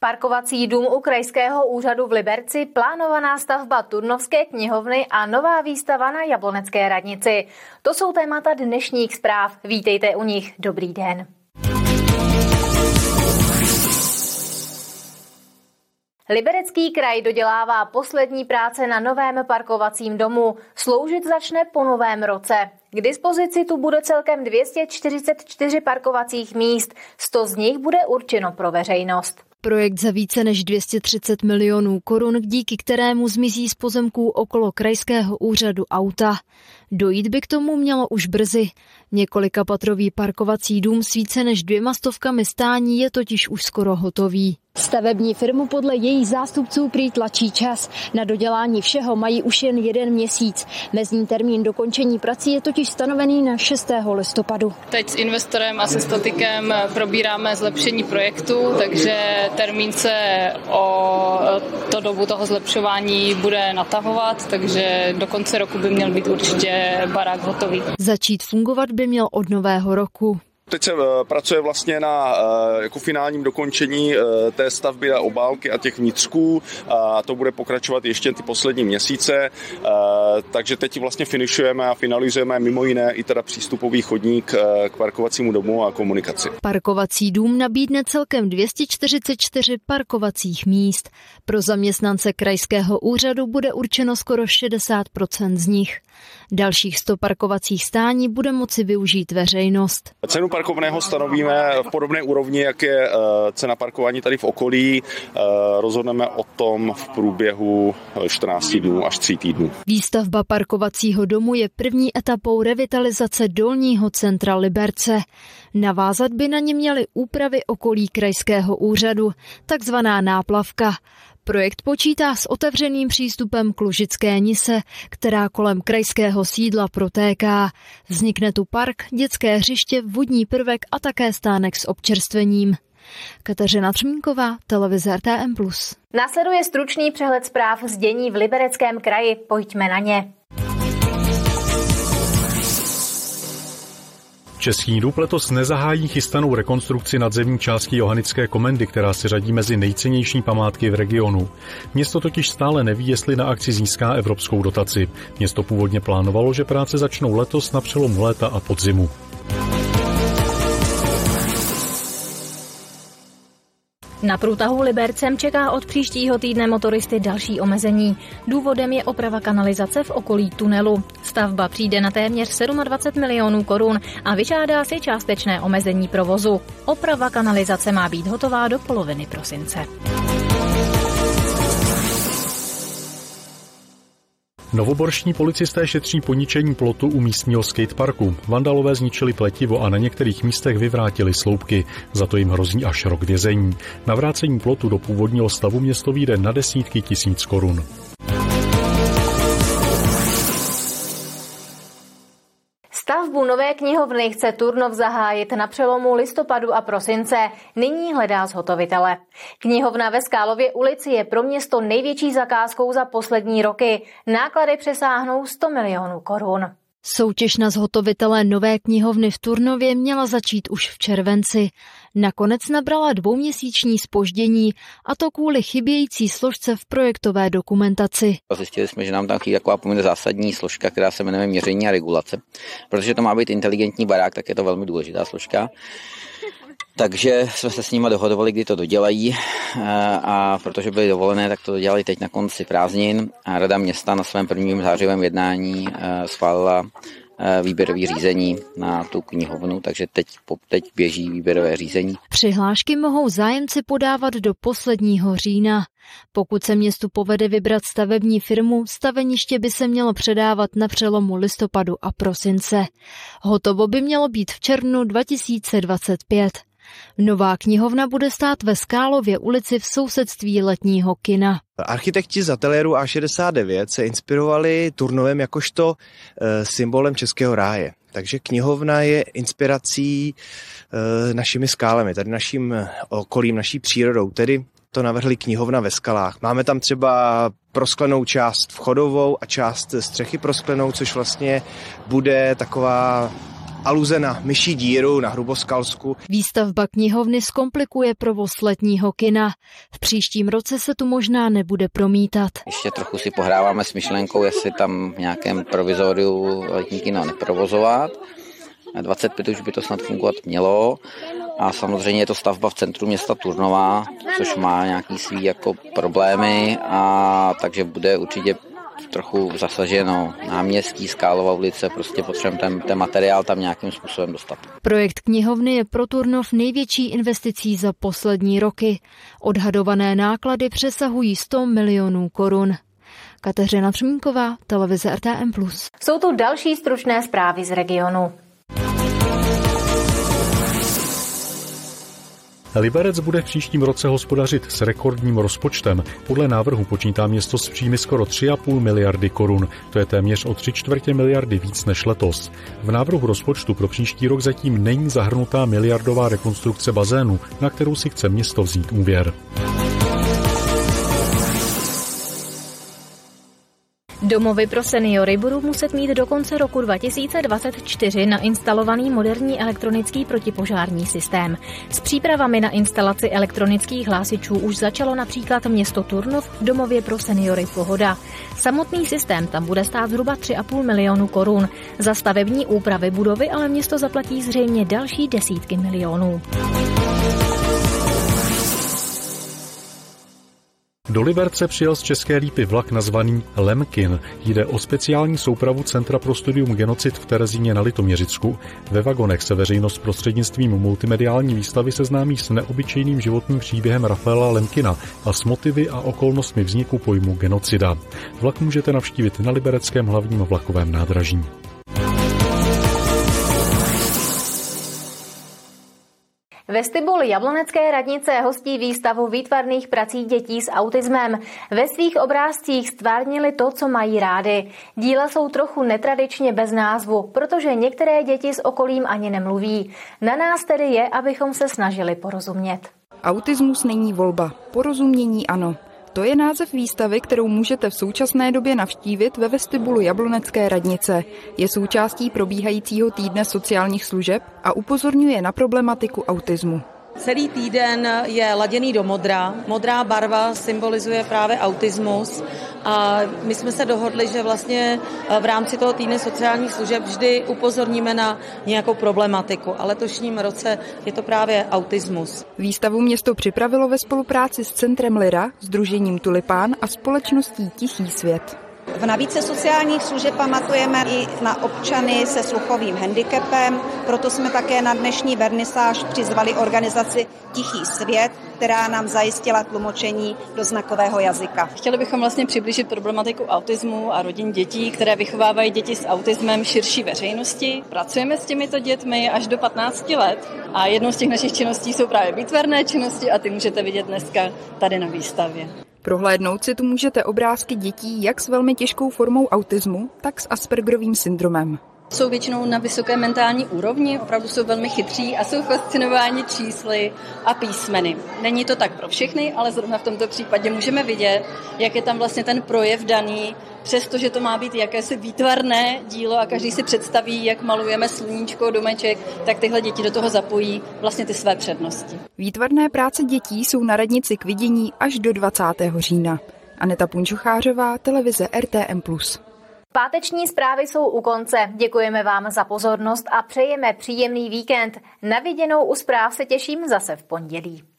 parkovací dům u Krajského úřadu v Liberci, plánovaná stavba Turnovské knihovny a nová výstava na Jablonecké radnici. To jsou témata dnešních zpráv. Vítejte u nich. Dobrý den. Liberecký kraj dodělává poslední práce na novém parkovacím domu. Sloužit začne po novém roce. K dispozici tu bude celkem 244 parkovacích míst, 100 z nich bude určeno pro veřejnost. Projekt za více než 230 milionů korun, díky kterému zmizí z pozemků okolo Krajského úřadu auta. Dojít by k tomu mělo už brzy. Několikapatrový parkovací dům s více než 200 stání je totiž už skoro hotový. Stavební firmu podle jejich zástupců prý tlačí čas. Na dodělání všeho mají už jen 1 měsíc. Mezní termín dokončení prací je totiž stanovený na 6. listopadu. Teď s investorem a se statikem probíráme zlepšení projektu, takže termín se o to dobu toho zlepšování bude natahovat, takže do konce roku by měl být určitě barák hotový. Začít fungovat by měl od nového roku. Teď se pracuje vlastně na jako finálním dokončení té stavby a obálky a těch vnitřků a to bude pokračovat ještě ty poslední měsíce, takže teď vlastně finišujeme a finalizujeme mimo jiné i teda přístupový chodník k parkovacímu domu a komunikaci. Parkovací dům nabídne celkem 244 parkovacích míst. Pro zaměstnance Krajského úřadu bude určeno skoro 60% z nich. Dalších 100 parkovacích stání bude moci využít veřejnost. Cenu parkovného stanovíme v podobné úrovni, jak je cena parkování tady v okolí. Rozhodneme o tom v průběhu 14 dnů až 3 týdnů. Výstavba parkovacího domu je první etapou revitalizace dolního centra Liberce. Navázat by na ně měly úpravy okolí Krajského úřadu, takzvaná náplavka. Projekt počítá s otevřeným přístupem k Lužické nise, která kolem krajského sídla protéká. Vznikne tu park, dětské hřiště, vodní prvek a také stánek s občerstvením. Kateřina Třmínková, televize RTM+. Následuje stručný přehled zpráv z dění v Libereckém kraji. Pojďme na ně. Český Dub letos nezahájí chystanou rekonstrukci nadzemní části Johanické komendy, která se řadí mezi nejcennější památky v regionu. Město totiž stále neví, jestli na akci získá evropskou dotaci. Město původně plánovalo, že práce začnou letos na přelomu léta a podzimu. Na průtahu Libercem čeká od příštího týdne motoristy další omezení. Důvodem je oprava kanalizace v okolí tunelu. Stavba přijde na téměř 27 milionů korun a vyžádá si částečné omezení provozu. Oprava kanalizace má být hotová do poloviny prosince. Novoborští policisté šetří poničení plotu u místního skateparku. Vandalové zničili pletivo a na některých místech vyvrátili sloupky. Za to jim hrozí až rok vězení. Navrácení plotu do původního stavu město vyjde na desítky tisíc korun. Stavbu nové knihovny chce Turnov zahájit na přelomu listopadu a prosince. Nyní hledá zhotovitele. Knihovna ve Skálově ulici je pro město největší zakázkou za poslední roky. Náklady přesáhnou 100 milionů korun. Soutěž na zhotovitele nové knihovny v Turnově měla začít už v červenci. Nakonec nabrala 2měsíční zpoždění, a to kvůli chybějící složce v projektové dokumentaci. Zjistili jsme, že nám tam chybí taková poměrně zásadní složka, která se jmenuje měření a regulace. Protože to má být inteligentní barák, tak je to velmi důležitá složka. Takže jsme se s nimi dohodovali, kdy to dodělají, a protože byly dovolené, tak to dodělali teď na konci prázdnin a Rada města na svém prvním zářivém jednání schválila výběrové řízení na tu knihovnu, takže teď běží výběrové řízení. Přihlášky mohou zájemci podávat do posledního října. Pokud se městu povede vybrat stavební firmu, staveniště by se mělo předávat na přelomu listopadu a prosince. Hotovo by mělo být v červnu 2025. Nová knihovna bude stát ve Skálově ulici v sousedství letního kina. Architekti z ateliéru A69 se inspirovali Turnovem jakožto symbolem českého ráje. Takže knihovna je inspirací našimi skálami, tady naším okolím, naší přírodou. Tedy to navrhli knihovna ve skalách. Máme tam třeba prosklenou část vchodovou a část střechy prosklenou, což vlastně bude taková aluze na myší díru na Hruboskalsku. Výstavba knihovny zkomplikuje provoz letního kina. V příštím roce se tu možná nebude promítat. Ještě trochu si pohráváme s myšlenkou, jestli tam v nějakém provizoriu letní kino neprovozovat. 25 už by to snad fungovat mělo. A samozřejmě je to stavba v centru města Turnova, což má nějaký svý jako problémy, a takže bude určitě trochu zasaženo náměstí, Skálová ulice, prostě potřebujeme ten materiál tam nějakým způsobem dostat. Projekt knihovny je pro Turnov největší investicí za poslední roky. Odhadované náklady přesahují 100 milionů korun. Kateřina Třmínková, televize RTM+. Jsou tu další stručné zprávy z regionu. Liberec bude v příštím roce hospodařit s rekordním rozpočtem. Podle návrhu počítá město s příjmy skoro 3,5 miliardy korun. To je téměř o 3/4 miliardy víc než letos. V návrhu rozpočtu pro příští rok zatím není zahrnutá miliardová rekonstrukce bazénu, na kterou si chce město vzít úvěr. Domovy pro seniory budou muset mít do konce roku 2024 nainstalovaný moderní elektronický protipožární systém. S přípravami na instalaci elektronických hlásičů už začalo například město Turnov v domově pro seniory Pohoda. Samotný systém tam bude stát zhruba 3,5 milionu korun. Za stavební úpravy budovy ale město zaplatí zřejmě další desítky milionů. Do Liberce přijel z České Lípy vlak nazvaný Lemkin. Jde o speciální soupravu Centra pro studium genocid v Terezíně na Litoměřicku. Ve vagonech se veřejnost prostřednictvím multimediální výstavy seznámí s neobyčejným životním příběhem Rafaela Lemkina a s motivy a okolnostmi vzniku pojmu genocida. Vlak můžete navštívit na libereckém hlavním vlakovém nádraží. Vestibul Jablonecké radnice hostí výstavu výtvarných prací dětí s autismem. Ve svých obrázcích stvárnili to, co mají rády. Díla jsou trochu netradičně bez názvu, protože některé děti s okolím ani nemluví. Na nás tedy je, abychom se snažili porozumět. Autismus není volba, porozumění ano. To je název výstavy, kterou můžete v současné době navštívit ve vestibulu Jablonecké radnice. Je součástí probíhajícího týdne sociálních služeb a upozorňuje na problematiku autismu. Celý týden je laděný do modra. Modrá barva symbolizuje právě autismus a my jsme se dohodli, že vlastně v rámci toho týdne sociálních služeb vždy upozorníme na nějakou problematiku. A letošním roce je to právě autismus. Výstavu město připravilo ve spolupráci s Centrem Lyra, Sdružením Tulipán a společností Tichý svět. V nabídce sociálních služeb pamatujeme i na občany se sluchovým handicapem, proto jsme také na dnešní vernisáž přizvali organizaci Tichý svět, která nám zajistila tlumočení do znakového jazyka. Chtěli bychom vlastně přiblížit problematiku autismu a rodin dětí, které vychovávají děti s autismem širší veřejnosti. Pracujeme s těmito dětmi až do 15 let a jednou z těch našich činností jsou právě výtvarné činnosti a ty můžete vidět dneska tady na výstavě. Prohlédnout si tu můžete obrázky dětí jak s velmi těžkou formou autismu, tak s Aspergerovým syndromem. Jsou většinou na vysoké mentální úrovni, opravdu jsou velmi chytří a jsou fascinováni čísly a písmeny. Není to tak pro všechny, ale zrovna v tomto případě můžeme vidět, jak je tam vlastně ten projev daný, přestože to má být jakési výtvarné dílo a každý si představí, jak malujeme sluníčko, domeček, tak tyhle děti do toho zapojí vlastně ty své přednosti. Výtvarné práce dětí jsou na radnici k vidění až do 20. října. Aneta Punčochářová, televize RTM+. Páteční zprávy jsou u konce. Děkujeme vám za pozornost a přejeme příjemný víkend. Na viděnou u zpráv se těším zase v pondělí.